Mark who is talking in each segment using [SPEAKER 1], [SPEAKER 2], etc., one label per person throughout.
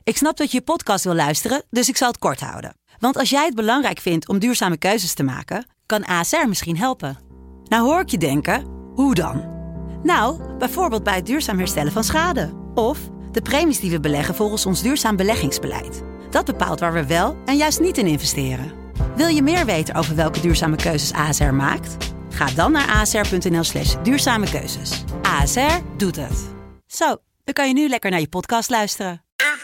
[SPEAKER 1] Ik snap dat je podcast wil luisteren, dus ik zal het kort houden. Want als jij het belangrijk vindt om duurzame keuzes te maken, kan ASR misschien helpen. Nou hoor ik je denken, hoe dan? Nou, bijvoorbeeld bij het duurzaam herstellen van schade. Of de premies die we beleggen volgens ons duurzaam beleggingsbeleid. Dat bepaalt waar we wel en juist niet in investeren. Wil je meer weten over welke duurzame keuzes ASR maakt? Ga dan naar asr.nl/duurzame keuzes. ASR doet het. Zo, dan kan je nu lekker naar je podcast luisteren.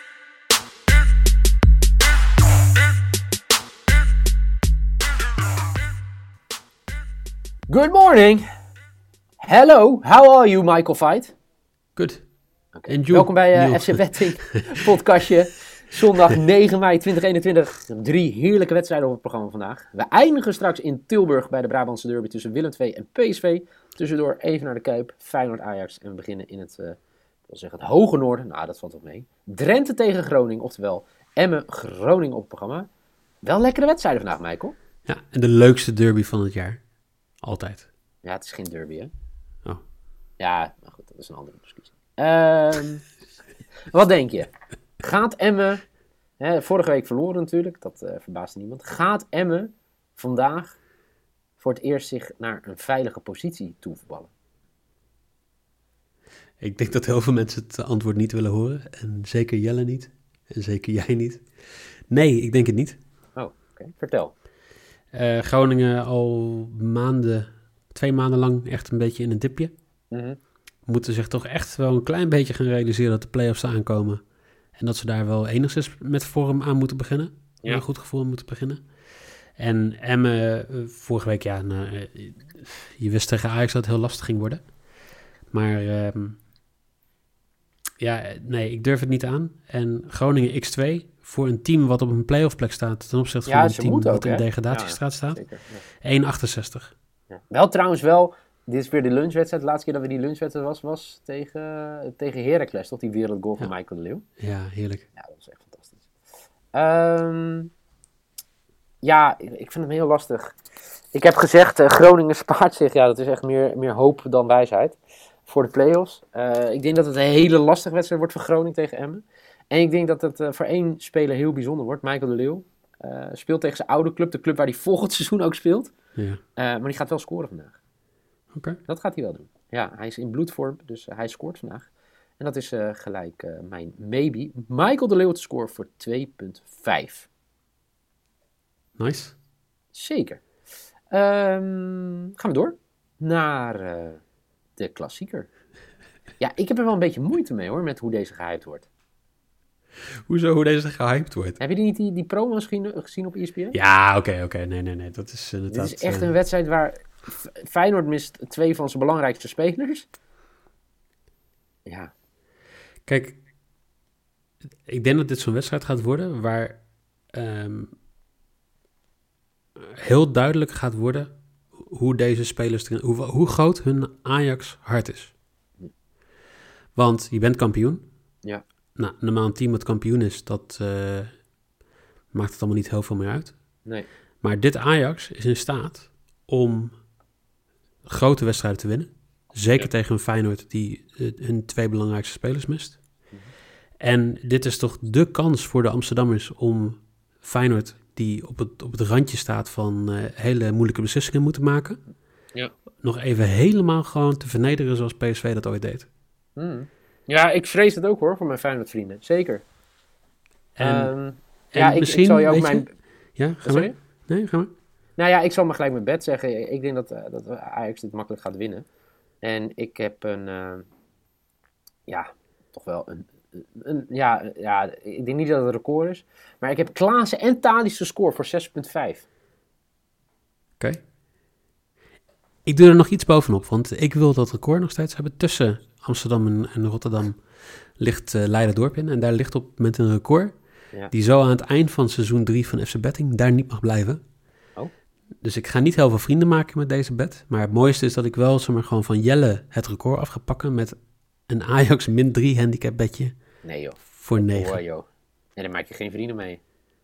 [SPEAKER 2] Good morning. Hello, how are you, Michael Veit?
[SPEAKER 3] Good.
[SPEAKER 2] Okay. Welkom bij FC Betting podcastje. Zondag 9 mei 2021. 3 heerlijke wedstrijden op het programma vandaag. We eindigen straks in Tilburg bij de Brabantse derby tussen Willem II en PSV. Tussendoor even naar de Kuip, Feyenoord-Ajax. En we beginnen in het hoge noorden. Nou, dat valt ook mee. Drenthe tegen Groningen, oftewel Emmen-Groningen op het programma. Wel lekkere wedstrijden vandaag, Michael.
[SPEAKER 3] Ja, en de leukste derby van het jaar. Altijd.
[SPEAKER 2] Ja, het is geen derby, hè?
[SPEAKER 3] Oh.
[SPEAKER 2] Ja, maar goed, dat is een andere discussie. Wat denk je? Gaat Emmen, vorige week verloren natuurlijk, dat verbaasde niemand. Gaat Emmen vandaag voor het eerst zich naar een veilige positie toevoetballen?
[SPEAKER 3] Ik denk dat heel veel mensen het antwoord niet willen horen. En zeker Jelle niet. En zeker jij niet. Nee, ik denk het niet.
[SPEAKER 2] Oh, oké. Vertel.
[SPEAKER 3] Groningen al 2 maanden lang echt een beetje in een dipje.
[SPEAKER 2] Mm-hmm.
[SPEAKER 3] Moeten zich toch echt wel een klein beetje gaan realiseren dat de play-offs aankomen. En dat ze daar wel enigszins met vorm aan moeten beginnen. Ja. Een goed gevoel aan moeten beginnen. En Emmen, vorige week, je wist tegen Ajax dat het heel lastig ging worden. Maar ik durf het niet aan. En Groningen X2 voor een team wat op een play-off plek staat ten opzichte van een team wat in degradatiestraat staat. Zeker, ja. 1,68.
[SPEAKER 2] Ja. Wel trouwens dit is weer de lunchwedstrijd. De laatste keer dat we die lunchwedstrijd was tegen Heracles, toch? Die wereldgoal van Michael de Leeuw.
[SPEAKER 3] Ja, heerlijk.
[SPEAKER 2] Ja, dat was echt fantastisch. Ik vind hem heel lastig. Ik heb gezegd, Groningen spaart zich. Ja, dat is echt meer hoop dan wijsheid voor de play-offs. Ik denk dat het een hele lastige wedstrijd wordt voor Groningen tegen Emmen. En ik denk dat het voor 1 speler heel bijzonder wordt. Michael de Leeuw speelt tegen zijn oude club. De club waar hij volgend seizoen ook speelt.
[SPEAKER 3] Ja.
[SPEAKER 2] Maar die gaat wel scoren vandaag.
[SPEAKER 3] Okay.
[SPEAKER 2] Dat gaat hij wel doen. Ja, hij is in bloedvorm, dus hij scoort vandaag. En dat is gelijk mijn maybe. Michael de Leeuw te scoren voor 2,5.
[SPEAKER 3] Nice.
[SPEAKER 2] Zeker. Gaan we door naar de klassieker. Ja, ik heb er wel een beetje moeite mee hoor, met hoe deze gehyped wordt.
[SPEAKER 3] Hoezo, hoe deze gehyped wordt?
[SPEAKER 2] Heb je niet die promo gezien op ESPN?
[SPEAKER 3] Ja, oké. Nee. Dat is inderdaad...
[SPEAKER 2] Dit is echt een wedstrijd waar Feyenoord mist 2 van zijn belangrijkste spelers. Ja.
[SPEAKER 3] Kijk, ik denk dat dit zo'n wedstrijd gaat worden waar heel duidelijk gaat worden hoe deze spelers, hoe groot hun Ajax hart is. Want je bent kampioen.
[SPEAKER 2] Ja.
[SPEAKER 3] Nou, normaal een team dat kampioen is, dat maakt het allemaal niet heel veel meer uit.
[SPEAKER 2] Nee.
[SPEAKER 3] Maar dit Ajax is in staat om grote wedstrijden te winnen. Zeker tegen een Feyenoord die hun 2 belangrijkste spelers mist. Mm-hmm. En dit is toch de kans voor de Amsterdammers om Feyenoord, die op het randje staat van hele moeilijke beslissingen moeten maken, nog even helemaal gewoon te vernederen zoals PSV dat ooit deed.
[SPEAKER 2] Mm. Ja, ik vrees het ook hoor, voor mijn Feyenoord vrienden. Zeker. Ik zal je ook mijn...
[SPEAKER 3] Ja, ga maar. Nee, ga maar.
[SPEAKER 2] Nou ja, ik zal maar gelijk mijn bed zeggen. Ik denk dat Ajax dit makkelijk gaat winnen. En ik heb toch wel ik denk niet dat het een record is. Maar ik heb Klaassen en Tadic te score voor 6,5.
[SPEAKER 3] Oké. Ik doe er nog iets bovenop, want ik wil dat record nog steeds hebben. Tussen Amsterdam en Rotterdam ligt Leiden-Dorp in. En daar ligt op het moment een record. Ja. Die zo aan het eind van seizoen 3 van FC Betting daar niet mag blijven.
[SPEAKER 2] Oh.
[SPEAKER 3] Dus ik ga niet heel veel vrienden maken met deze bet. Maar het mooiste is dat ik wel gewoon van Jelle het record af ga pakken met een Ajax -3 handicap bedje.
[SPEAKER 2] Nee joh.
[SPEAKER 3] Voor 9.
[SPEAKER 2] Oh, joh. En daar maak je geen vrienden mee.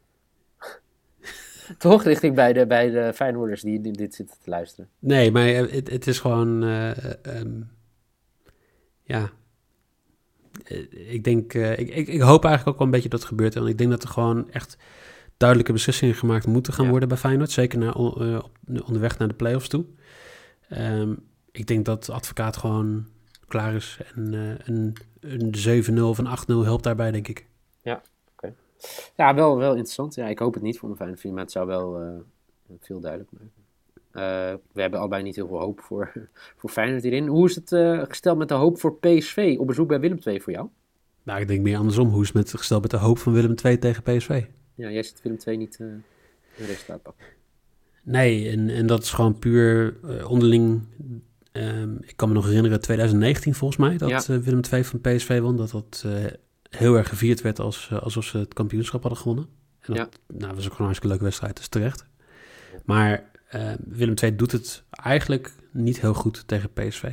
[SPEAKER 2] Toch richting bij de Feyenoorders die dit zitten te luisteren.
[SPEAKER 3] Nee, maar het is gewoon... ik denk, ik hoop eigenlijk ook wel een beetje dat het gebeurt. Want ik denk dat er gewoon echt duidelijke beslissingen gemaakt moeten gaan worden bij Feyenoord. Zeker onderweg naar de play-offs toe. Ik denk dat Advocaat gewoon klaar is. En een 7-0 of een 8-0 helpt daarbij, denk ik.
[SPEAKER 2] Ja, oké. Ja, wel interessant. Ja, ik hoop het niet voor mijn Feyenoord, maar het zou wel veel duidelijk maken. We hebben allebei niet heel veel hoop voor Feyenoord hierin. Hoe is het gesteld met de hoop voor PSV op bezoek bij Willem II voor jou?
[SPEAKER 3] Nou, ik denk meer andersom. Hoe is het gesteld met de hoop van Willem II tegen PSV?
[SPEAKER 2] Ja, jij ziet Willem II niet een resultaat pakken.
[SPEAKER 3] Nee, en dat is gewoon puur onderling. Ik kan me nog herinneren, 2019 volgens mij, dat Willem II van PSV won. Dat heel erg gevierd werd alsof ze het kampioenschap hadden gewonnen. En dat was ook gewoon een hartstikke leuke wedstrijd, dus terecht. Maar Willem II doet het eigenlijk niet heel goed tegen PSV.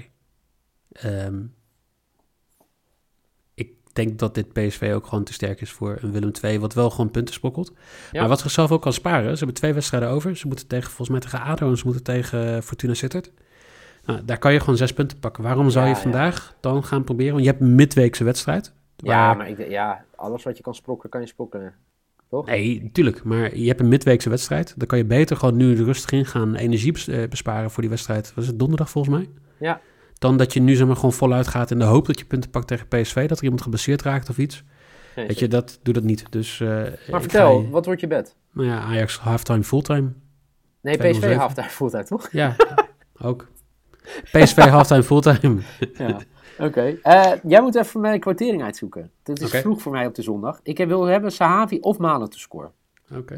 [SPEAKER 3] Ik denk dat dit PSV ook gewoon te sterk is voor een Willem II, wat wel gewoon punten sprokkelt. Ja. Maar wat zichzelf ook kan sparen. Ze hebben 2 wedstrijden over. Ze moeten volgens mij tegen ADO en ze moeten tegen Fortuna Sittard. Nou, daar kan je gewoon 6 punten pakken. Waarom zou je vandaag dan gaan proberen? Want je hebt een midweekse wedstrijd.
[SPEAKER 2] Ja, maar alles wat je kan sprokkelen, kan je sprokkelen. Toch?
[SPEAKER 3] Nee, natuurlijk. Maar je hebt een midweekse wedstrijd. Dan kan je beter gewoon nu rustig in gaan energie besparen voor die wedstrijd. Was het donderdag volgens mij?
[SPEAKER 2] Ja.
[SPEAKER 3] Dan dat je nu zeg maar gewoon voluit gaat in de hoop dat je punten pakt tegen PSV. Dat er iemand geblesseerd raakt of iets. Nee, weet je, doe dat niet. Dus,
[SPEAKER 2] maar vertel, wat wordt je bed?
[SPEAKER 3] Nou ja, Ajax halftime, fulltime.
[SPEAKER 2] Nee, PSV halftime, fulltime, toch?
[SPEAKER 3] Ja, ook. PSV halftime, fulltime.
[SPEAKER 2] Ja. Oké. Jij moet even mijn kwartering uitzoeken. Dit is vroeg voor mij op de zondag. Ik wil hebben Sahavi of Malen te scoren.
[SPEAKER 3] Oké.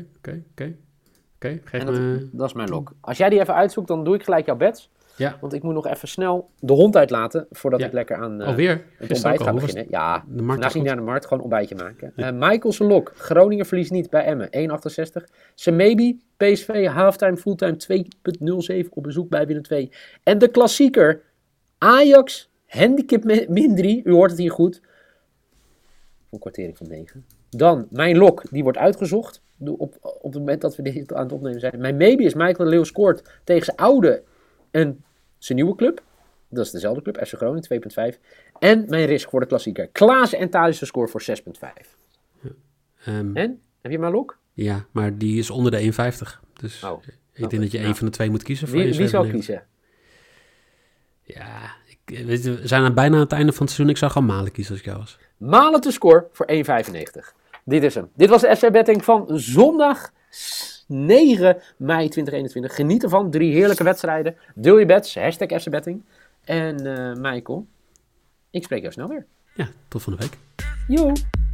[SPEAKER 2] Dat is mijn lok. Als jij die even uitzoekt, dan doe ik gelijk jouw bets.
[SPEAKER 3] Ja.
[SPEAKER 2] Want ik moet nog even snel de hond uitlaten voordat ik lekker aan
[SPEAKER 3] alweer
[SPEAKER 2] het ontbijt ga beginnen. Ja, vandaag niet naar de markt, gewoon ontbijtje maken. Michael zijn lok. Groningen verliest niet bij Emmen. 1,68. Semebi, PSV, halftime, fulltime 2,07 op bezoek bij Willem II. En de klassieker, Ajax, handicap -3. U hoort het hier goed. Een kwartering van 9. Dan, mijn lok, die wordt uitgezocht. Op het moment dat we dit aan het opnemen zijn. Mijn maybe is Michael de Leeuw scoort tegen zijn oude en zijn nieuwe club. Dat is dezelfde club, FC Groningen, 2,5. En mijn risk voor de klassieker. Klaassen en Thalissen score voor 6,5. En? Heb je mijn lok?
[SPEAKER 3] Ja, maar die is onder de 1,50. Dus ik denk dat je één van de twee moet kiezen.
[SPEAKER 2] Wie zal kiezen?
[SPEAKER 3] Ja, we zijn bijna aan het einde van het seizoen. Ik zou gewoon Malen kiezen als ik jou was.
[SPEAKER 2] Malen te score voor 1,95. Dit is hem. Dit was de FC Betting van zondag 9 mei 2021. Geniet ervan. 3 heerlijke wedstrijden. Deel je bets. # FC Betting. En Michael, ik spreek jou snel weer.
[SPEAKER 3] Ja, tot van de week.
[SPEAKER 2] Joe.